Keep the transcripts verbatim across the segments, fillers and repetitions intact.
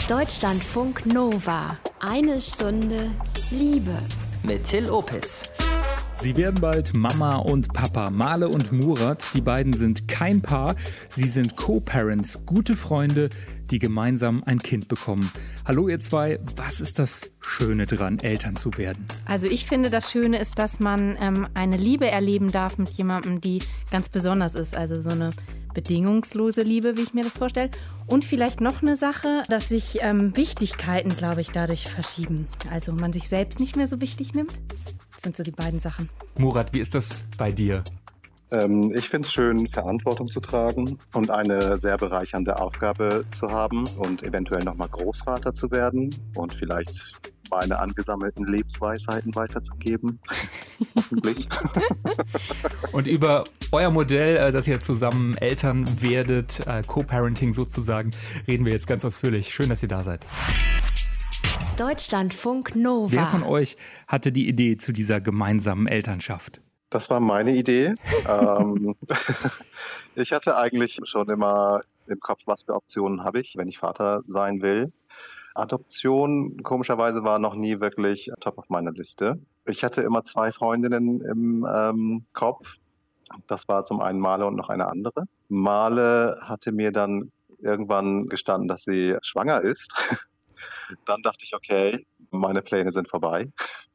Deutschlandfunk Nova. Eine Stunde Liebe. Mit Till Opitz. Sie werden bald Mama und Papa. Male und Murat, die beiden sind kein Paar. Sie sind Co-Parents, gute Freunde, die gemeinsam ein Kind bekommen. Hallo ihr zwei, was ist das Schöne dran, Eltern zu werden? Also ich finde, das Schöne ist, dass man ähm, eine Liebe erleben darf mit jemandem, die ganz besonders ist. Also so eine bedingungslose Liebe, wie ich mir das vorstelle. Und vielleicht noch eine Sache, dass sich ähm, Wichtigkeiten, glaube ich, dadurch verschieben. Also man sich selbst nicht mehr so wichtig nimmt. Das sind so die beiden Sachen. Murat, wie ist das bei dir? Ähm, ich finde es schön, Verantwortung zu tragen und eine sehr bereichernde Aufgabe zu haben und eventuell nochmal Großvater zu werden und vielleicht meine angesammelten Lebensweisheiten weiterzugeben. Hoffentlich. Und über euer Modell, dass ihr zusammen Eltern werdet, Co-Parenting sozusagen, reden wir jetzt ganz ausführlich. Schön, dass ihr da seid. Deutschlandfunk Nova. Wer von euch hatte die Idee zu dieser gemeinsamen Elternschaft? Das war meine Idee. ähm, ich hatte eigentlich schon immer im Kopf, was für Optionen habe ich, wenn ich Vater sein will. Adoption, komischerweise, war noch nie wirklich top auf meiner Liste. Ich hatte immer zwei Freundinnen im ähm, Kopf. Das war zum einen Male und noch eine andere. Male hatte mir dann irgendwann gestanden, dass sie schwanger ist. Dann dachte ich, okay, meine Pläne sind vorbei.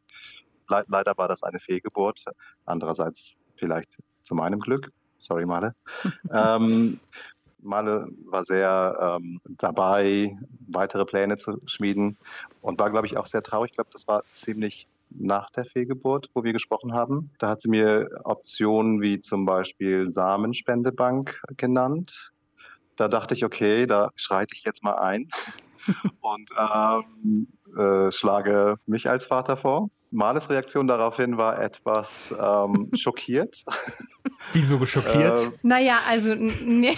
Le- leider war das eine Fehlgeburt. Andererseits vielleicht zu meinem Glück. Sorry, Male. ähm, Male war sehr ähm, dabei, weitere Pläne zu schmieden und war, glaube ich, auch sehr traurig. Ich glaube, das war ziemlich nach der Fehlgeburt, wo wir gesprochen haben. Da hat sie mir Optionen wie zum Beispiel Samenspendebank genannt. Da dachte ich, okay, da schreite ich jetzt mal ein und ähm, äh, schlage mich als Vater vor. Males Reaktion daraufhin war etwas ähm, schockiert. Wieso schockiert? Äh, Naja, also nee.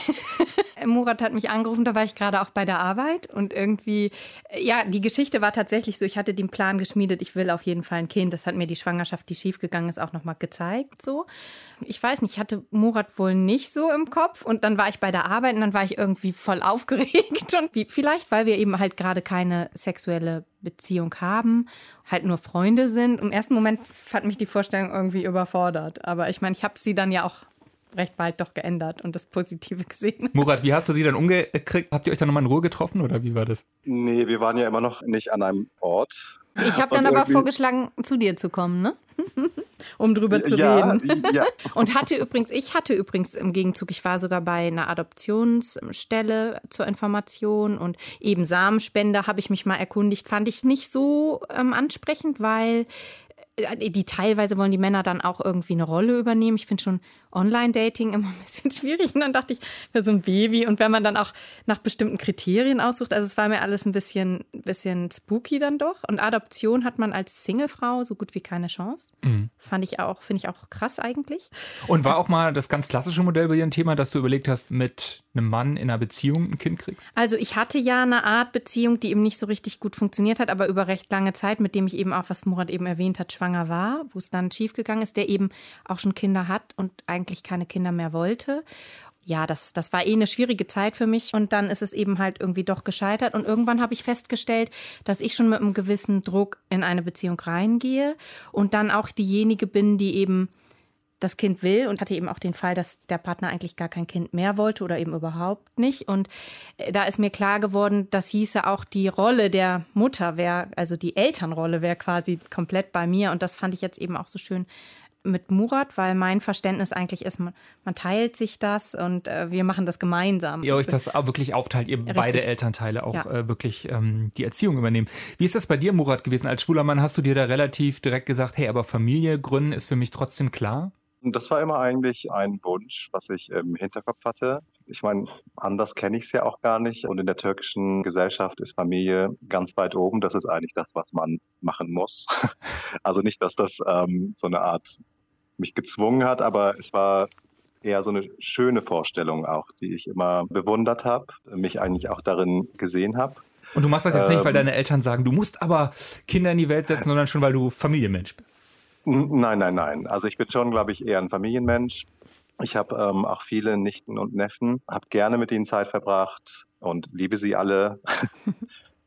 Murat hat mich angerufen, da war ich gerade auch bei der Arbeit und irgendwie, ja, die Geschichte war tatsächlich so, ich hatte den Plan geschmiedet, ich will auf jeden Fall ein Kind. Das hat mir die Schwangerschaft, die schiefgegangen ist, auch nochmal gezeigt. So. Ich weiß nicht, ich hatte Murat wohl nicht so im Kopf und dann war ich bei der Arbeit und dann war ich irgendwie voll aufgeregt und wie, vielleicht, weil wir eben halt gerade keine sexuelle Beziehung haben, halt nur Freunde sind. Im ersten Moment hat mich die Vorstellung irgendwie überfordert. Aber ich meine, ich habe sie dann ja auch recht bald doch geändert und das Positive gesehen. Murat, wie hast du sie dann umgekriegt? Habt ihr euch dann nochmal in Ruhe getroffen oder wie war das? Nee, wir waren ja immer noch nicht an einem Ort. Ich habe dann Und aber irgendwie- vorgeschlagen, zu dir zu kommen, ne? Um drüber zu ja, reden. Ja. Und hatte übrigens, ich hatte übrigens im Gegenzug, ich war sogar bei einer Adoptionsstelle zur Information und eben Samenspende habe ich mich mal erkundigt, fand ich nicht so ähm, ansprechend, weil die teilweise wollen die Männer dann auch irgendwie eine Rolle übernehmen. Ich finde schon Online-Dating immer ein bisschen schwierig. Und dann dachte ich, für so ein Baby. Und wenn man dann auch nach bestimmten Kriterien aussucht, also es war mir alles ein bisschen, bisschen spooky dann doch. Und Adoption hat man als Singlefrau so gut wie keine Chance. Mhm. Fand ich auch, finde ich auch krass eigentlich. Und war auch mal das ganz klassische Modell bei dir ein Thema, dass du überlegt hast, mit einem Mann in einer Beziehung ein Kind kriegst? Also ich hatte ja eine Art Beziehung, die eben nicht so richtig gut funktioniert hat, aber über recht lange Zeit, mit dem ich eben auch, was Murat eben erwähnt hat, schwanger war, wo es dann schiefgegangen ist, der eben auch schon Kinder hat und eigentlich keine Kinder mehr wollte. Ja, das, das war eh eine schwierige Zeit für mich und dann ist es eben halt irgendwie doch gescheitert und irgendwann habe ich festgestellt, dass ich schon mit einem gewissen Druck in eine Beziehung reingehe und dann auch diejenige bin, die eben das Kind will und hatte eben auch den Fall, dass der Partner eigentlich gar kein Kind mehr wollte oder eben überhaupt nicht. Und da ist mir klar geworden, das hieße auch die Rolle der Mutter wäre, also die Elternrolle wäre quasi komplett bei mir. Und das fand ich jetzt eben auch so schön mit Murat, weil mein Verständnis eigentlich ist, man, man teilt sich das und äh, wir machen das gemeinsam. Ihr euch das auch wirklich aufteilt, ihr Richtig. beide Elternteile auch Ja. äh, wirklich ähm, die Erziehung übernehmen. Wie ist das bei dir, Murat, gewesen? Als schwuler Mann hast du dir da relativ direkt gesagt, hey, aber Familie gründen ist für mich trotzdem klar? Das war immer eigentlich ein Wunsch, was ich im Hinterkopf hatte. Ich meine, anders kenne ich es ja auch gar nicht. Und in der türkischen Gesellschaft ist Familie ganz weit oben. Das ist eigentlich das, was man machen muss. Also nicht, dass das ähm, so eine Art mich gezwungen hat, aber es war eher so eine schöne Vorstellung auch, die ich immer bewundert habe, mich eigentlich auch darin gesehen habe. Und du machst das jetzt ähm, nicht, weil deine Eltern sagen, du musst aber Kinder in die Welt setzen, sondern schon, weil du Familienmensch bist. Nein, nein, nein. Also ich bin schon, glaube ich, eher ein Familienmensch. Ich habe ähm, auch viele Nichten und Neffen, habe gerne mit ihnen Zeit verbracht und liebe sie alle.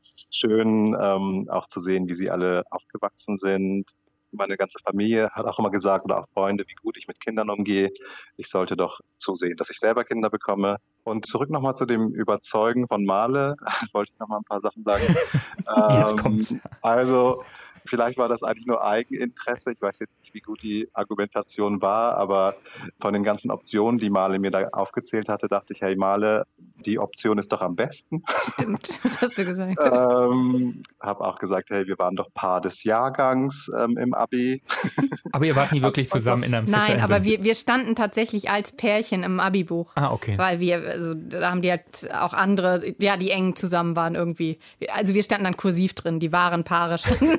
Es ist schön, ähm, auch zu sehen, wie sie alle aufgewachsen sind. Meine ganze Familie hat auch immer gesagt, oder auch Freunde, wie gut ich mit Kindern umgehe. Ich sollte doch zusehen, dass ich selber Kinder bekomme. Und zurück nochmal zu dem Überzeugen von Male, wollte ich nochmal ein paar Sachen sagen. Jetzt ähm, kommt's. Also, vielleicht war das eigentlich nur Eigeninteresse. Ich weiß jetzt nicht, wie gut die Argumentation war, aber von den ganzen Optionen, die Male mir da aufgezählt hatte, dachte ich, hey Male, die Option ist doch am besten. Stimmt, das hast du gesagt. ähm, habe auch gesagt, hey, wir waren doch Paar des Jahrgangs ähm, im Abi. Aber ihr wart nie wirklich Also, zusammen in einem Nein, sexuellen aber Sinn. wir, wir standen tatsächlich als Pärchen im Abi-Buch. Ah, okay. Weil wir, also da haben die halt auch andere, ja, die eng zusammen waren irgendwie. Also wir standen dann kursiv drin, die wahren Paare standen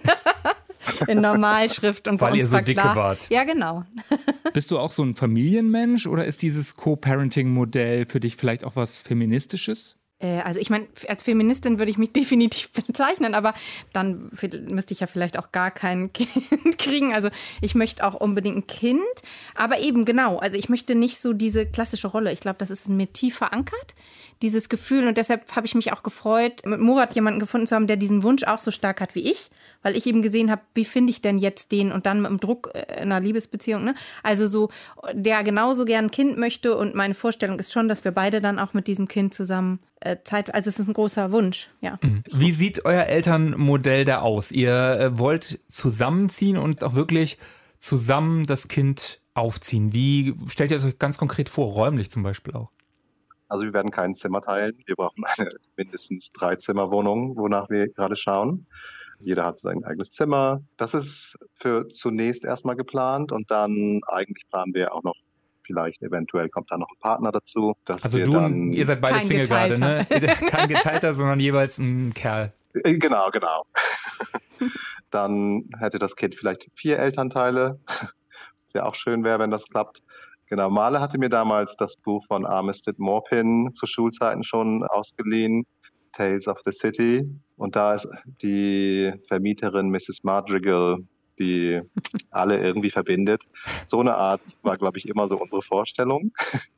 in Normalschrift und Weil bei ihr uns so war dicke klar, wart. Ja, genau. Bist du auch so ein Familienmensch oder ist dieses Co-Parenting-Modell für dich vielleicht auch was Feministisches? Äh, Also ich meine, als Feministin würde ich mich definitiv bezeichnen, aber dann müsste ich ja vielleicht auch gar kein Kind kriegen. Also ich möchte auch unbedingt ein Kind, aber eben genau, also ich möchte nicht so diese klassische Rolle. Ich glaube, das ist in mir tief verankert, dieses Gefühl. Und deshalb habe ich mich auch gefreut, mit Murat jemanden gefunden zu haben, der diesen Wunsch auch so stark hat wie ich, weil ich eben gesehen habe, wie finde ich denn jetzt den und dann mit dem Druck in einer Liebesbeziehung, ne? Also so, der genauso gern ein Kind möchte und meine Vorstellung ist schon, dass wir beide dann auch mit diesem Kind zusammen äh, Zeit, also es ist ein großer Wunsch, ja. Wie sieht euer Elternmodell da aus? Ihr äh, wollt zusammenziehen und auch wirklich zusammen das Kind aufziehen. Wie stellt ihr es euch ganz konkret vor, räumlich zum Beispiel auch? Also wir werden kein Zimmer teilen. Wir brauchen eine mindestens Drei-Zimmer-Wohnung, wonach wir gerade schauen. Jeder hat sein eigenes Zimmer. Das ist für zunächst erstmal geplant und dann eigentlich planen wir auch noch, vielleicht eventuell kommt da noch ein Partner dazu. Dass Also wir du, dann, ihr seid beide Kein Single gerade, ne? Geteilter. Kein Geteilter, sondern jeweils ein Kerl. Äh, Genau, genau. Dann hätte das Kind vielleicht vier Elternteile. Was ja auch schön wäre, wenn das klappt. Genau, Male hatte mir damals das Buch von Armistead Maupin zu Schulzeiten schon ausgeliehen, Tales of the City. Und da ist die Vermieterin Missus Madrigal, die alle irgendwie verbindet. So eine Art war, glaube ich, immer so unsere Vorstellung.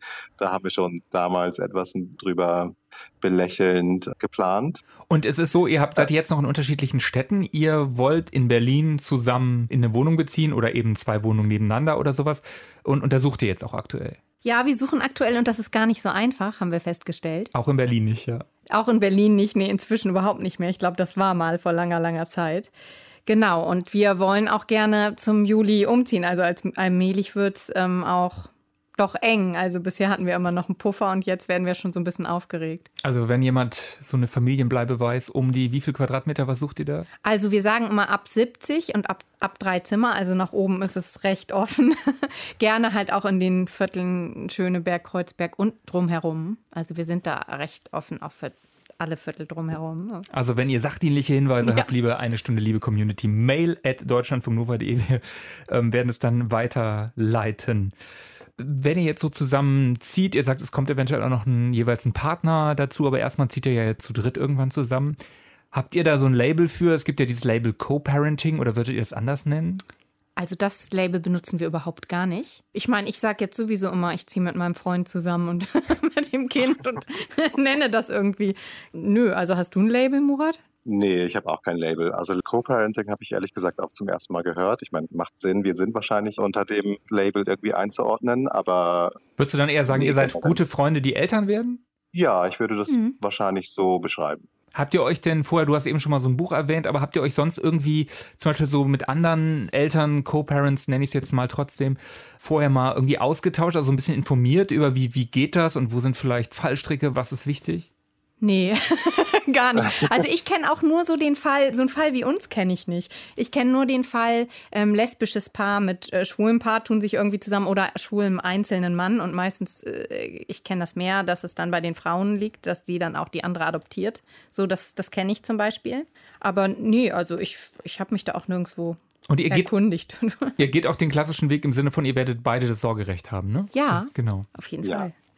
Da haben wir schon damals etwas drüber belächelnd geplant. Und es ist so, ihr habt seid jetzt noch in unterschiedlichen Städten. Ihr wollt in Berlin zusammen in eine Wohnung beziehen oder eben zwei Wohnungen nebeneinander oder sowas. Und, und da sucht ihr jetzt auch aktuell. Ja, wir suchen aktuell und das ist gar nicht so einfach, haben wir festgestellt. Auch in Berlin nicht, ja. Auch in Berlin nicht, nee, inzwischen überhaupt nicht mehr. Ich glaube, das war mal vor langer, langer Zeit. Genau, und wir wollen auch gerne zum Juli umziehen. Also als allmählich wird es ähm, auch doch eng. Also bisher hatten wir immer noch einen Puffer und jetzt werden wir schon so ein bisschen aufgeregt. Also wenn jemand so eine Familienbleibe weiß, um die wie viel Quadratmeter, was sucht ihr da? Also wir sagen immer ab siebzig und ab, ab drei Zimmer, also nach oben ist es recht offen. Gerne halt auch in den Vierteln Schöneberg, Kreuzberg und drumherum. Also wir sind da recht offen auch für alle Viertel drumherum. Also wenn ihr sachdienliche Hinweise Ja. habt, liebe eine Stunde Liebe Community, mail at deutschlandfunknova punkt de. Wir ähm, werden es dann weiterleiten. Wenn ihr jetzt so zusammenzieht, ihr sagt, es kommt eventuell auch noch ein, jeweils ein Partner dazu, aber erstmal zieht ihr ja jetzt zu dritt irgendwann zusammen. Habt ihr da so ein Label für? Es gibt ja dieses Label Co-Parenting oder würdet ihr es anders nennen? Also das Label benutzen wir überhaupt gar nicht. Ich meine, ich sage jetzt sowieso immer, ich ziehe mit meinem Freund zusammen und mit dem Kind und nenne das irgendwie. Nö, also hast du ein Label, Murat? Nee, ich habe auch kein Label. Also Co-Parenting habe ich ehrlich gesagt auch zum ersten Mal gehört. Ich meine, macht Sinn, wir sind wahrscheinlich unter dem Label irgendwie einzuordnen, aber Würdest du dann eher sagen, Nee, ihr seid kein gute Freunde, die Eltern werden? ja, ich würde das Mhm. wahrscheinlich so beschreiben. Habt ihr euch denn vorher, du hast eben schon mal so ein Buch erwähnt, aber habt ihr euch sonst irgendwie zum Beispiel so mit anderen Eltern, Co-Parents, nenne ich es jetzt mal trotzdem, vorher mal irgendwie ausgetauscht, also ein bisschen informiert über wie, wie geht das und wo sind vielleicht Fallstricke, was ist wichtig? Nee, gar nicht. Also ich kenne auch nur so den Fall, so einen Fall wie uns kenne ich nicht. Ich kenne nur den Fall, ähm, lesbisches Paar mit äh, schwulem Paar tun sich irgendwie zusammen oder schwulem einzelnen Mann und meistens, äh, ich kenne das mehr, dass es dann bei den Frauen liegt, dass die dann auch die andere adoptiert. So, das, das kenne ich zum Beispiel. Aber nee, also ich, ich habe mich da auch nirgendwo Und ihr geht, erkundigt. ihr geht auch den klassischen Weg im Sinne von, ihr werdet beide das Sorgerecht haben, ne? Ja. Genau. Auf jeden Ja. Fall.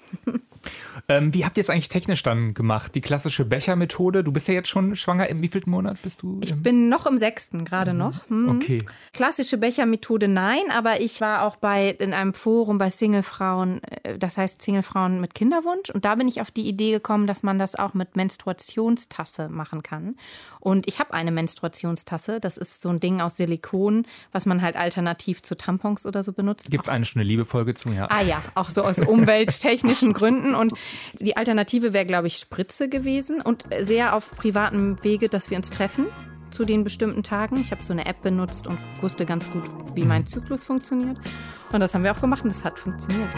Ähm, wie habt ihr es eigentlich technisch dann gemacht? Die klassische Bechermethode? Du bist ja jetzt schon schwanger. Im wievielten Monat bist du? Ich bin noch im sechsten, gerade mhm. noch. Hm. Okay. Klassische Bechermethode nein, aber ich war auch bei in einem Forum bei Singlefrauen, das heißt Singlefrauen mit Kinderwunsch. Und da bin ich auf die Idee gekommen, dass man das auch mit Menstruationstasse machen kann. Und ich habe eine Menstruationstasse. Das ist so ein Ding aus Silikon, was man halt alternativ zu Tampons oder so benutzt. Gibt es eine schöne Liebefolge zu? Ja. Ah ja, auch so aus umwelttechnischen Gründen. Und die Alternative wäre, glaube ich, Spritze gewesen. Und sehr auf privatem Wege, dass wir uns treffen zu den bestimmten Tagen. Ich habe so eine App benutzt und wusste ganz gut, wie mein Zyklus funktioniert. Und das haben wir auch gemacht und das hat funktioniert.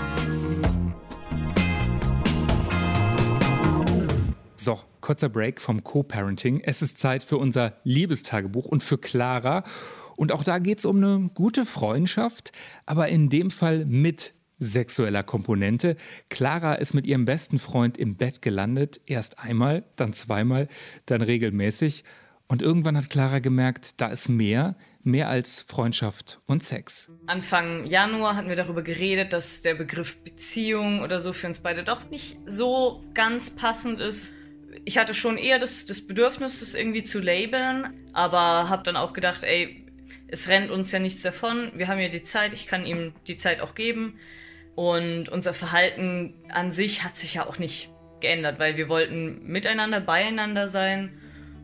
So, kurzer Break vom Co-Parenting. Es ist Zeit für unser Liebestagebuch und für Clara. Und auch da geht es um eine gute Freundschaft, aber in dem Fall mit sexueller Komponente. Clara ist mit ihrem besten Freund im Bett gelandet. Erst einmal, dann zweimal, dann regelmäßig. Und irgendwann hat Clara gemerkt, da ist mehr, mehr als Freundschaft und Sex. Anfang Januar hatten wir darüber geredet, dass der Begriff Beziehung oder so für uns beide doch nicht so ganz passend ist. Ich hatte schon eher das, das Bedürfnis, das irgendwie zu labeln, aber habe dann auch gedacht, ey, es rennt uns ja nichts davon, wir haben ja die Zeit, ich kann ihm die Zeit auch geben. Und unser Verhalten an sich hat sich ja auch nicht geändert, weil wir wollten miteinander, beieinander sein.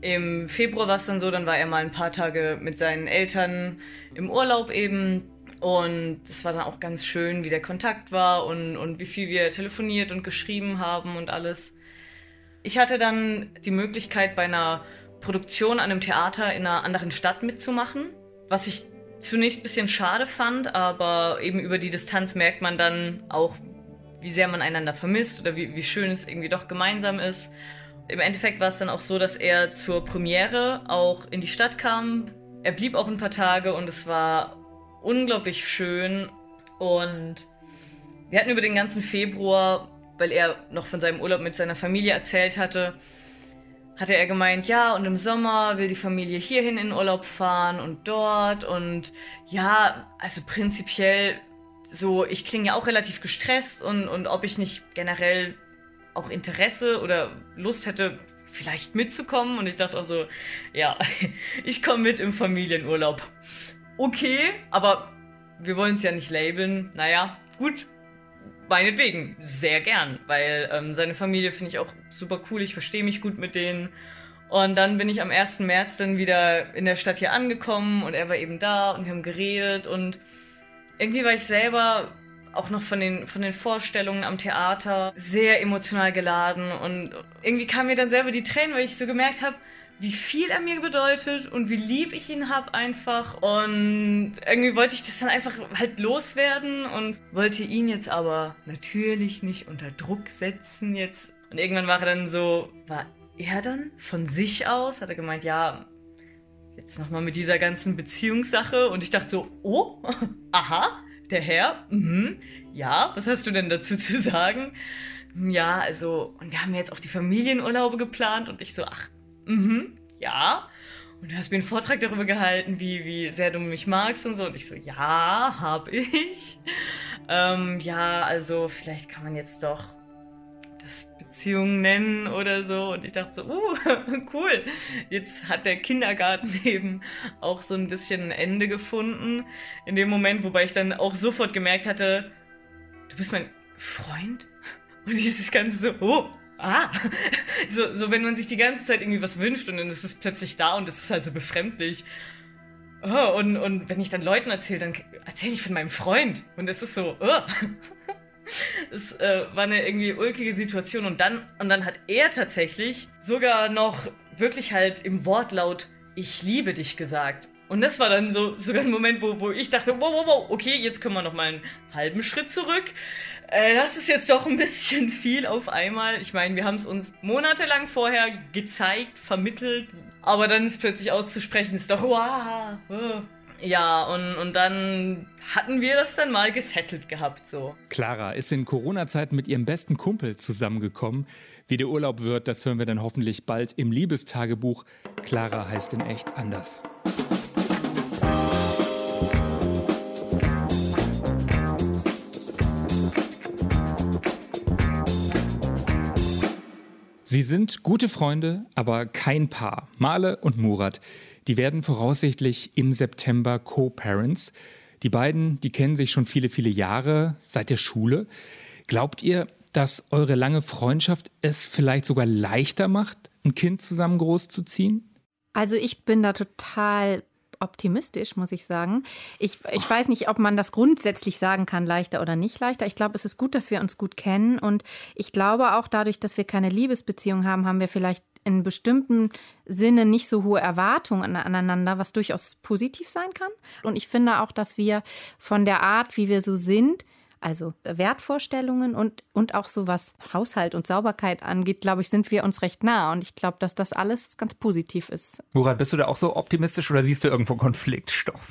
Im Februar war es dann so, dann war er mal ein paar Tage mit seinen Eltern im Urlaub eben. Und es war dann auch ganz schön, wie der Kontakt war und, und wie viel wir telefoniert und geschrieben haben und alles. Ich hatte dann die Möglichkeit, bei einer Produktion an einem Theater in einer anderen Stadt mitzumachen, was ich zunächst ein bisschen schade fand, aber eben über die Distanz merkt man dann auch, wie sehr man einander vermisst oder wie, wie schön es irgendwie doch gemeinsam ist. Im Endeffekt war es dann auch so, dass er zur Premiere auch in die Stadt kam. Er blieb auch ein paar Tage und es war unglaublich schön. Und wir hatten über den ganzen Februar, weil er noch von seinem Urlaub mit seiner Familie erzählt hatte, hatte er gemeint, ja, und im Sommer will die Familie hierhin in den Urlaub fahren und dort. Und ja, also prinzipiell so, ich klinge ja auch relativ gestresst und, und ob ich nicht generell auch Interesse oder Lust hätte, vielleicht mitzukommen. Und ich dachte auch so, ja, ich komme mit im Familienurlaub. Okay, aber wir wollen es ja nicht labeln. Naja, gut, meinetwegen, sehr gern, weil ähm, seine Familie finde ich auch super cool, ich verstehe mich gut mit denen. Und dann bin ich am ersten März dann wieder in der Stadt hier angekommen und er war eben da und wir haben geredet und irgendwie war ich selber auch noch von den, von den Vorstellungen am Theater sehr emotional geladen und irgendwie kamen mir dann selber die Tränen, weil ich so gemerkt habe, wie viel er mir bedeutet und wie lieb ich ihn habe einfach. Und irgendwie wollte ich das dann einfach halt loswerden und wollte ihn jetzt aber natürlich nicht unter Druck setzen jetzt. Und irgendwann war er dann so, war er dann von sich aus, hat er gemeint, ja, jetzt nochmal mit dieser ganzen Beziehungssache. Und ich dachte so, oh, aha, der Herr, mhm, ja, was hast du denn dazu zu sagen? Ja, also, und wir haben jetzt auch die Familienurlaube geplant und ich so, ach, mhm, ja. Und du hast mir einen Vortrag darüber gehalten, wie, wie sehr du mich magst und so. Und ich so, ja, hab ich. Ähm, ja, also vielleicht kann man jetzt doch das Beziehung nennen oder so. Und ich dachte so, uh, cool. Jetzt hat der Kindergarten eben auch so ein bisschen ein Ende gefunden. In dem Moment, wobei ich dann auch sofort gemerkt hatte, du bist mein Freund? Und dieses Ganze so, oh, ah, so, so wenn man sich die ganze Zeit irgendwie was wünscht und dann ist es plötzlich da und es ist halt so befremdlich. Oh, und, und wenn ich dann Leuten erzähle, dann erzähle ich von meinem Freund und es ist so, oh. Es äh, war eine irgendwie ulkige Situation und dann, und dann hat er tatsächlich sogar noch wirklich halt im Wortlaut ich liebe dich gesagt. Und das war dann so sogar ein Moment, wo, wo ich dachte, wow, wow, wow, okay, jetzt können wir noch mal einen halben Schritt zurück. Äh, das ist jetzt doch ein bisschen viel auf einmal. Ich meine, wir haben es uns monatelang vorher gezeigt, vermittelt, aber dann ist plötzlich auszusprechen, ist doch wow. Oh. Ja, und, und dann hatten wir das dann mal gesettelt gehabt, so. Clara ist in Corona-Zeiten mit ihrem besten Kumpel zusammengekommen. Wie der Urlaub wird, das hören wir dann hoffentlich bald im Liebestagebuch. Clara heißt in echt anders. Sie sind gute Freunde, aber kein Paar. Male und Murat, die werden voraussichtlich im September Co-Parents. Die beiden, die kennen sich schon viele, viele Jahre, seit der Schule. Glaubt ihr, dass eure lange Freundschaft es vielleicht sogar leichter macht, ein Kind zusammen großzuziehen? Also ich bin da total optimistisch, muss ich sagen. Ich, ich weiß nicht, ob man das grundsätzlich sagen kann, leichter oder nicht leichter. Ich glaube, es ist gut, dass wir uns gut kennen. Und ich glaube auch dadurch, dass wir keine Liebesbeziehung haben, haben wir vielleicht in bestimmten Sinne nicht so hohe Erwartungen aneinander, was durchaus positiv sein kann. Und ich finde auch, dass wir von der Art, wie wir so sind, also Wertvorstellungen und, und auch so was Haushalt und Sauberkeit angeht, glaube ich, sind wir uns recht nah. Und ich glaube, dass das alles ganz positiv ist. Murat, bist du da auch so optimistisch oder siehst du irgendwo Konfliktstoff?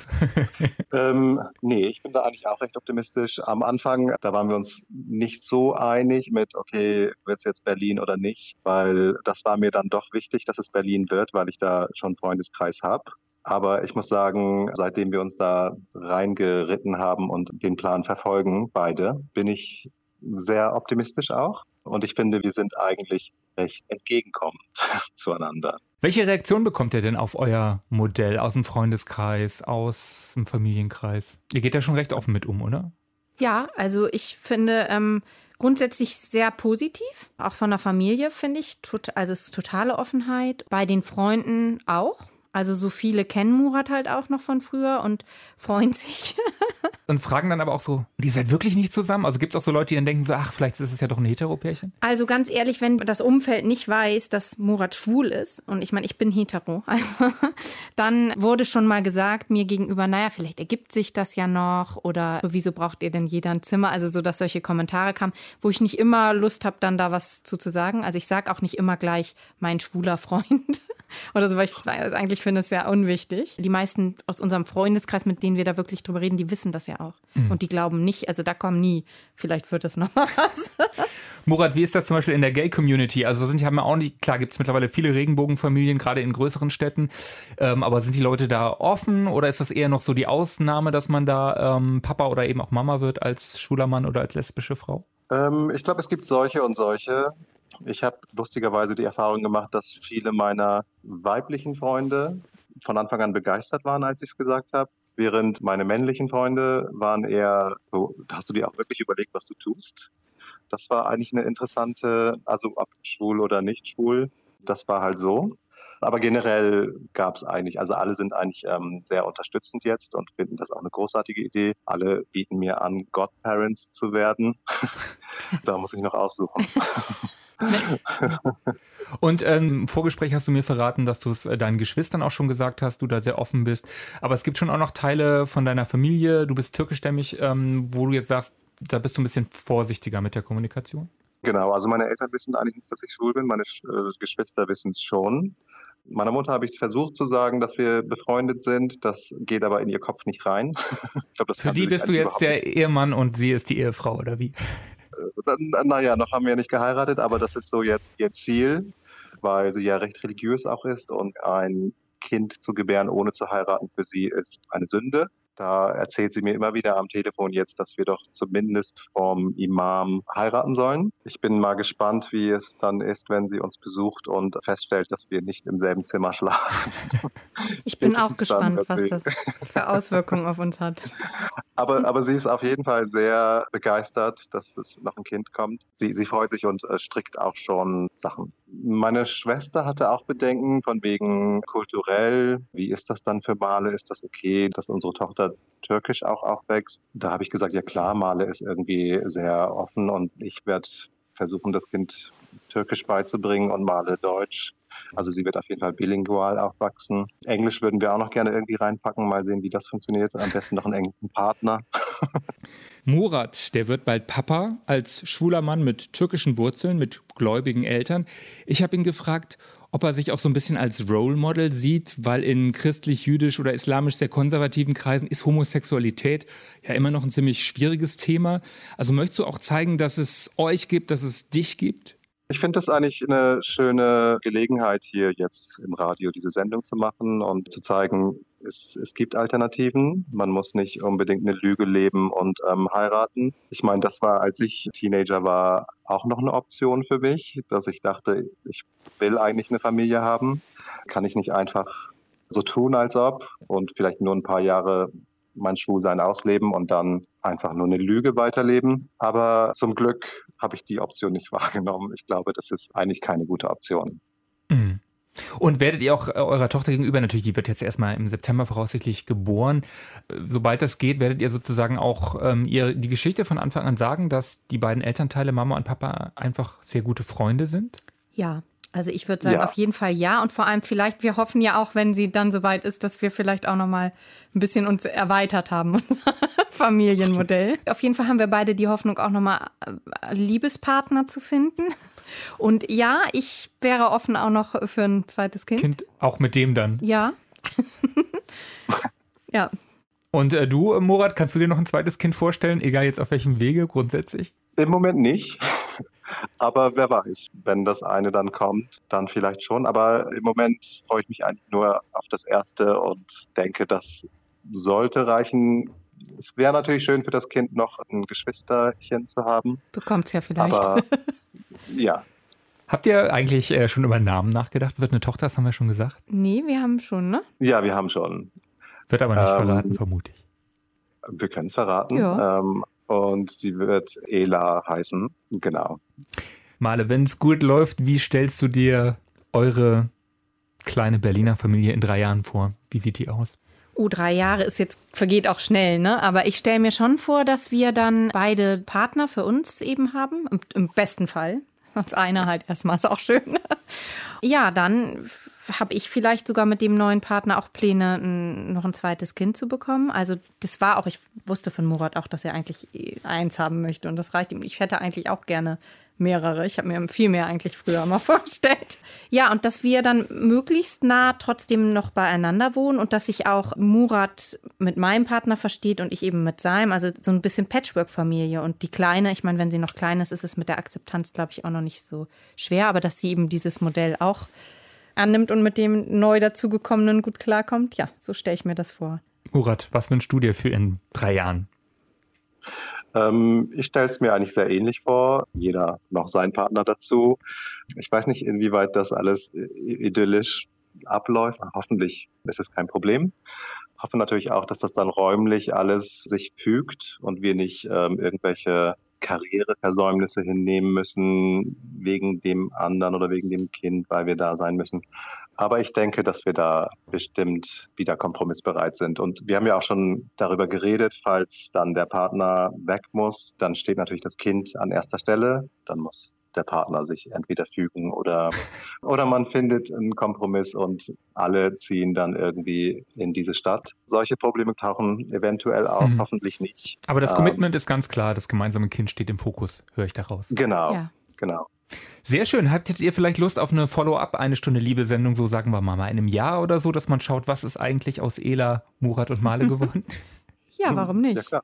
ähm, nee, ich bin da eigentlich auch recht optimistisch. Am Anfang, da waren wir uns nicht so einig mit, okay, wird es jetzt Berlin oder nicht? Weil das war mir dann doch wichtig, dass es Berlin wird, weil ich da schon einen Freundeskreis habe. Aber ich muss sagen, seitdem wir uns da reingeritten haben und den Plan verfolgen, beide, bin ich sehr optimistisch auch. Und ich finde, wir sind eigentlich recht entgegenkommend zueinander. Welche Reaktion bekommt ihr denn auf euer Modell aus dem Freundeskreis, aus dem Familienkreis? Ihr geht da schon recht offen mit um, oder? Ja, also ich finde ähm, grundsätzlich sehr positiv. Auch von der Familie finde ich, tot, also es ist totale Offenheit. Bei den Freunden auch. Also so viele kennen Murat halt auch noch von früher und freuen sich. Und fragen dann aber auch so, die seid wirklich nicht zusammen? Also gibt es auch so Leute, die dann denken so, ach, vielleicht ist es ja doch ein Hetero-Pärchen? Also ganz ehrlich, wenn das Umfeld nicht weiß, dass Murat schwul ist, und ich meine, ich bin hetero, also dann wurde schon mal gesagt mir gegenüber, naja, vielleicht ergibt sich das ja noch oder wieso braucht ihr denn jeder ein Zimmer? Also so, dass solche Kommentare kamen, wo ich nicht immer Lust habe, dann da was zu, zu sagen. Also ich sage auch nicht immer gleich, mein schwuler Freund oder so, weil ich eigentlich finde es sehr unwichtig. Die meisten aus unserem Freundeskreis, mit denen wir da wirklich drüber reden, die wissen das ja auch. Mhm. Und die glauben nicht, also da kommen nie, vielleicht wird es noch was. Murat, wie ist das zum Beispiel in der Gay-Community? Also sind ja auch nicht, klar gibt es mittlerweile viele Regenbogenfamilien, gerade in größeren Städten, ähm, aber sind die Leute da offen oder ist das eher noch so die Ausnahme, dass man da ähm, Papa oder eben auch Mama wird als schwuler Mann oder als lesbische Frau? Ähm, ich glaube, es gibt solche und solche. Ich habe lustigerweise die Erfahrung gemacht, dass viele meiner weiblichen Freunde von Anfang an begeistert waren, als ich es gesagt habe. Während meine männlichen Freunde waren eher so, hast du dir auch wirklich überlegt, was du tust? Das war eigentlich eine interessante, also ob schwul oder nicht schwul, das war halt so. Aber generell gab es eigentlich, also alle sind eigentlich ähm, sehr unterstützend jetzt und finden das auch eine großartige Idee. Alle bieten mir an, Godparents zu werden. Da muss ich noch aussuchen. Und ähm, im Vorgespräch hast du mir verraten, dass du es äh, deinen Geschwistern auch schon gesagt hast, du da sehr offen bist. Aber es gibt schon auch noch Teile von deiner Familie, du bist türkischstämmig, ähm, wo du jetzt sagst, da bist du ein bisschen vorsichtiger mit der Kommunikation. Genau, also meine Eltern wissen eigentlich nicht, dass ich schwul bin, meine äh, Geschwister wissen es schon. Meiner Mutter habe ich versucht zu sagen, dass wir befreundet sind, das geht aber in ihr Kopf nicht rein. Ich glaub, das Für die bist du jetzt der Ehefmann und sie ist die Ehefrau, oder wie? Naja, noch haben wir nicht geheiratet, aber das ist so jetzt ihr Ziel, weil sie ja recht religiös auch ist und ein Kind zu gebären, ohne zu heiraten, für sie ist eine Sünde. Da erzählt sie mir immer wieder am Telefon jetzt, dass wir doch zumindest vom Imam heiraten sollen. Ich bin mal gespannt, wie es dann ist, wenn sie uns besucht und feststellt, dass wir nicht im selben Zimmer schlafen. Ich bin auch gespannt, was das für Auswirkungen auf uns hat. Aber, aber sie ist auf jeden Fall sehr begeistert, dass es noch ein Kind kommt. Sie, sie freut sich und äh, strickt auch schon Sachen. Meine Schwester hatte auch Bedenken von wegen kulturell. Wie ist das dann für Male? Ist das okay, dass unsere Tochter türkisch auch aufwächst? Da habe ich gesagt, ja klar, Male ist irgendwie sehr offen und ich werde versuchen, das Kind türkisch beizubringen und Male Deutsch. Also sie wird auf jeden Fall bilingual aufwachsen. Englisch würden wir auch noch gerne irgendwie reinpacken, mal sehen, wie das funktioniert. Am besten noch einen englischen Partner. Murat, der wird bald Papa, als schwuler Mann mit türkischen Wurzeln, mit gläubigen Eltern. Ich habe ihn gefragt, ob er sich auch so ein bisschen als Role Model sieht, weil in christlich, jüdisch oder islamisch sehr konservativen Kreisen ist Homosexualität ja immer noch ein ziemlich schwieriges Thema. Also möchtest du auch zeigen, dass es euch gibt, dass es dich gibt? Ich finde das eigentlich eine schöne Gelegenheit, hier jetzt im Radio diese Sendung zu machen und zu zeigen, es, es gibt Alternativen. Man muss nicht unbedingt eine Lüge leben und ähm, heiraten. Ich meine, das war, als ich Teenager war, auch noch eine Option für mich, dass ich dachte, ich will eigentlich eine Familie haben. Kann ich nicht einfach so tun, als ob und vielleicht nur ein paar Jahre mein Schwulsein ausleben und dann einfach nur eine Lüge weiterleben. Aber zum Glück habe ich die Option nicht wahrgenommen. Ich glaube, das ist eigentlich keine gute Option. Mhm. Und werdet ihr auch eurer Tochter gegenüber, natürlich, die wird jetzt erstmal im September voraussichtlich geboren, sobald das geht, werdet ihr sozusagen auch ähm, ihr die Geschichte von Anfang an sagen, dass die beiden Elternteile, Mama und Papa, einfach sehr gute Freunde sind? Ja. Also ich würde sagen, Ja. auf jeden Fall ja. Und vor allem vielleicht, wir hoffen ja auch, wenn sie dann soweit ist, dass wir vielleicht auch noch mal ein bisschen uns erweitert haben, unser Familienmodell. Auf jeden Fall haben wir beide die Hoffnung, auch noch mal Liebespartner zu finden. Und ja, ich wäre offen auch noch für ein zweites Kind. Kind auch mit dem dann? Ja. Ja. Und äh, du, Murat, kannst du dir noch ein zweites Kind vorstellen, egal jetzt auf welchem Wege grundsätzlich? Im Moment nicht. Aber wer weiß, wenn das eine dann kommt, dann vielleicht schon. Aber im Moment freue ich mich eigentlich nur auf das erste und denke, das sollte reichen. Es wäre natürlich schön für das Kind noch ein Geschwisterchen zu haben. Bekommt's ja vielleicht. Aber ja. Habt ihr eigentlich äh, schon über einen Namen nachgedacht? Es wird eine Tochter, das haben wir schon gesagt. Nee, wir haben schon, ne? Ja, wir haben schon. Wird aber nicht Ähm, verraten, vermute ich. Wir können es verraten. Ja. Ähm, und sie wird Ela heißen. Genau. Male, wenn es gut läuft, wie stellst du dir eure kleine Berliner Familie in drei Jahren vor? Wie sieht die aus? Oh, drei Jahre ist jetzt, vergeht auch schnell, ne? Aber ich stelle mir schon vor, dass wir dann beide Partner für uns eben haben. Im, im besten Fall. Sonst einer halt erstmal, ist auch schön. Ja, dann habe ich vielleicht sogar mit dem neuen Partner auch Pläne, ein, noch ein zweites Kind zu bekommen. Also das war auch, ich wusste von Murat auch, dass er eigentlich eins haben möchte. Und das reicht ihm. Ich hätte eigentlich auch gerne mehrere. Ich habe mir viel mehr eigentlich früher mal vorgestellt. Ja, und dass wir dann möglichst nah trotzdem noch beieinander wohnen und dass sich auch Murat mit meinem Partner versteht und ich eben mit seinem. Also so ein bisschen Patchwork-Familie. Und die Kleine, ich meine, wenn sie noch klein ist, ist es mit der Akzeptanz, glaube ich, auch noch nicht so schwer. Aber dass sie eben dieses Modell auch annimmt und mit dem neu dazugekommenen gut klarkommt, ja, so stelle ich mir das vor. Murat, was wünschst du dir für in drei Jahren? Ähm, ich stelle es mir eigentlich sehr ähnlich vor. Jeder noch seinen Partner dazu. Ich weiß nicht, inwieweit das alles idyllisch abläuft. Hoffentlich ist es kein Problem. Ich hoffe natürlich auch, dass das dann räumlich alles sich fügt und wir nicht ähm, irgendwelche Karriereversäumnisse hinnehmen müssen wegen dem anderen oder wegen dem Kind, weil wir da sein müssen. Aber ich denke, dass wir da bestimmt wieder kompromissbereit sind. Und wir haben ja auch schon darüber geredet, falls dann der Partner weg muss, dann steht natürlich das Kind an erster Stelle. Dann muss der Partner sich entweder fügen oder, oder man findet einen Kompromiss und alle ziehen dann irgendwie in diese Stadt. Solche Probleme tauchen eventuell auf, mhm. hoffentlich nicht. Aber das Commitment ähm, ist ganz klar, das gemeinsame Kind steht im Fokus, höre ich daraus. Genau, ja. genau. Sehr schön. Hattet ihr vielleicht Lust auf eine Follow-up, eine Stunde Liebe-Sendung, so sagen wir mal, mal in einem Jahr oder so, dass man schaut, was ist eigentlich aus Ela, Murat und Male geworden? Ja, warum nicht? Ja, klar.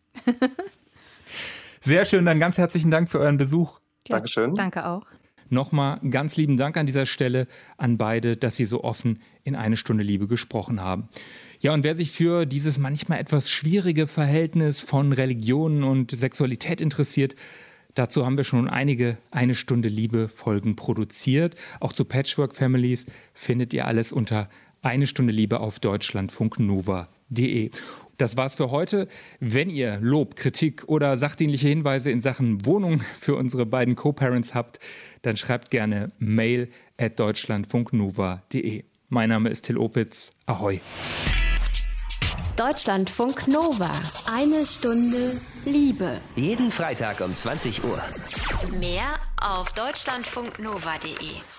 Sehr schön, dann ganz herzlichen Dank für euren Besuch. Ja, Dankeschön. Danke auch. Nochmal ganz lieben Dank an dieser Stelle an beide, dass sie so offen in eine Stunde Liebe gesprochen haben. Ja, und wer sich für dieses manchmal etwas schwierige Verhältnis von Religion und Sexualität interessiert, dazu haben wir schon einige Eine Stunde Liebe Folgen produziert. Auch zu Patchwork Families findet ihr alles unter Eine Stunde Liebe auf deutschlandfunk nova punkt de. Das war's für heute. Wenn ihr Lob, Kritik oder sachdienliche Hinweise in Sachen Wohnung für unsere beiden Co-Parents habt, dann schreibt gerne mail at deutschlandfunk nova punkt de. Mein Name ist Till Opitz. Ahoi. Deutschlandfunk Nova. Eine Stunde Liebe. Jeden Freitag um zwanzig Uhr. Mehr auf deutschlandfunk nova punkt de.